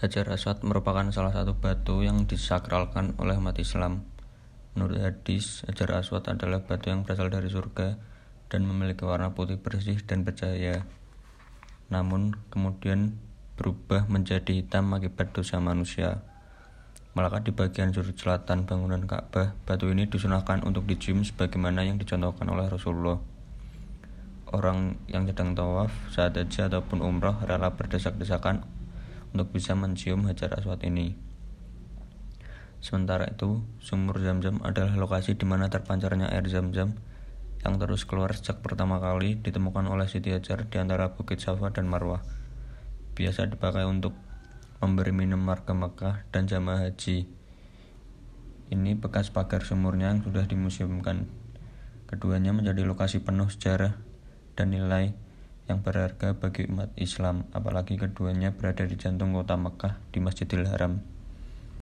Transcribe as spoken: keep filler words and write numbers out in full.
Hajar Aswad merupakan salah satu batu yang disakralkan oleh umat Islam. Menurut hadis, Hajar Aswad adalah batu yang berasal dari surga dan memiliki warna putih bersih dan bercahaya. Namun kemudian berubah menjadi hitam akibat dosa manusia. Melekat di bagian sudut selatan bangunan Ka'bah, batu ini disunahkan untuk dicium sebagaimana yang dicontohkan oleh Rasulullah. Orang yang sedang tawaf, saat haji ataupun umrah rela berdesak-desakan untuk bisa mencium Hajar Aswad ini. Sementara itu, sumur Zam-Zam adalah lokasi di mana terpancarnya air Zam-Zam yang terus keluar sejak pertama kali ditemukan oleh Siti Hajar di antara Bukit Safa dan Marwah. Biasa dipakai untuk memberi minum warga Mekah dan jamaah haji. Ini bekas pagar sumurnya yang sudah dimuseumkan. Keduanya menjadi lokasi penuh sejarah dan nilai yang berharga bagi umat Islam, apalagi keduanya berada di jantung kota Mekah di Masjidil Haram.